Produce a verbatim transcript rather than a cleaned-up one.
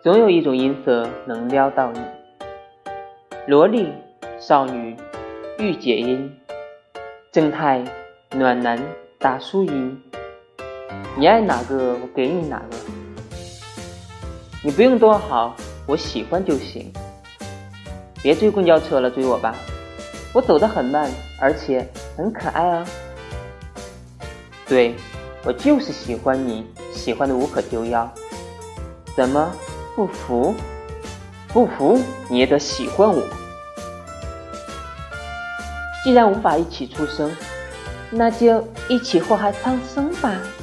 总有一种音色能撩到你。萝莉、少女、御姐音、正太、暖男、大叔音，你爱哪个我给你哪个。你不用多好，我喜欢就行。别追公交车了，追我吧，我走得很慢，而且很可爱啊。对，我就是喜欢你，喜欢的无可救药。怎么不服？不服你也得喜欢我。既然无法一起出生，那就一起祸害苍生吧。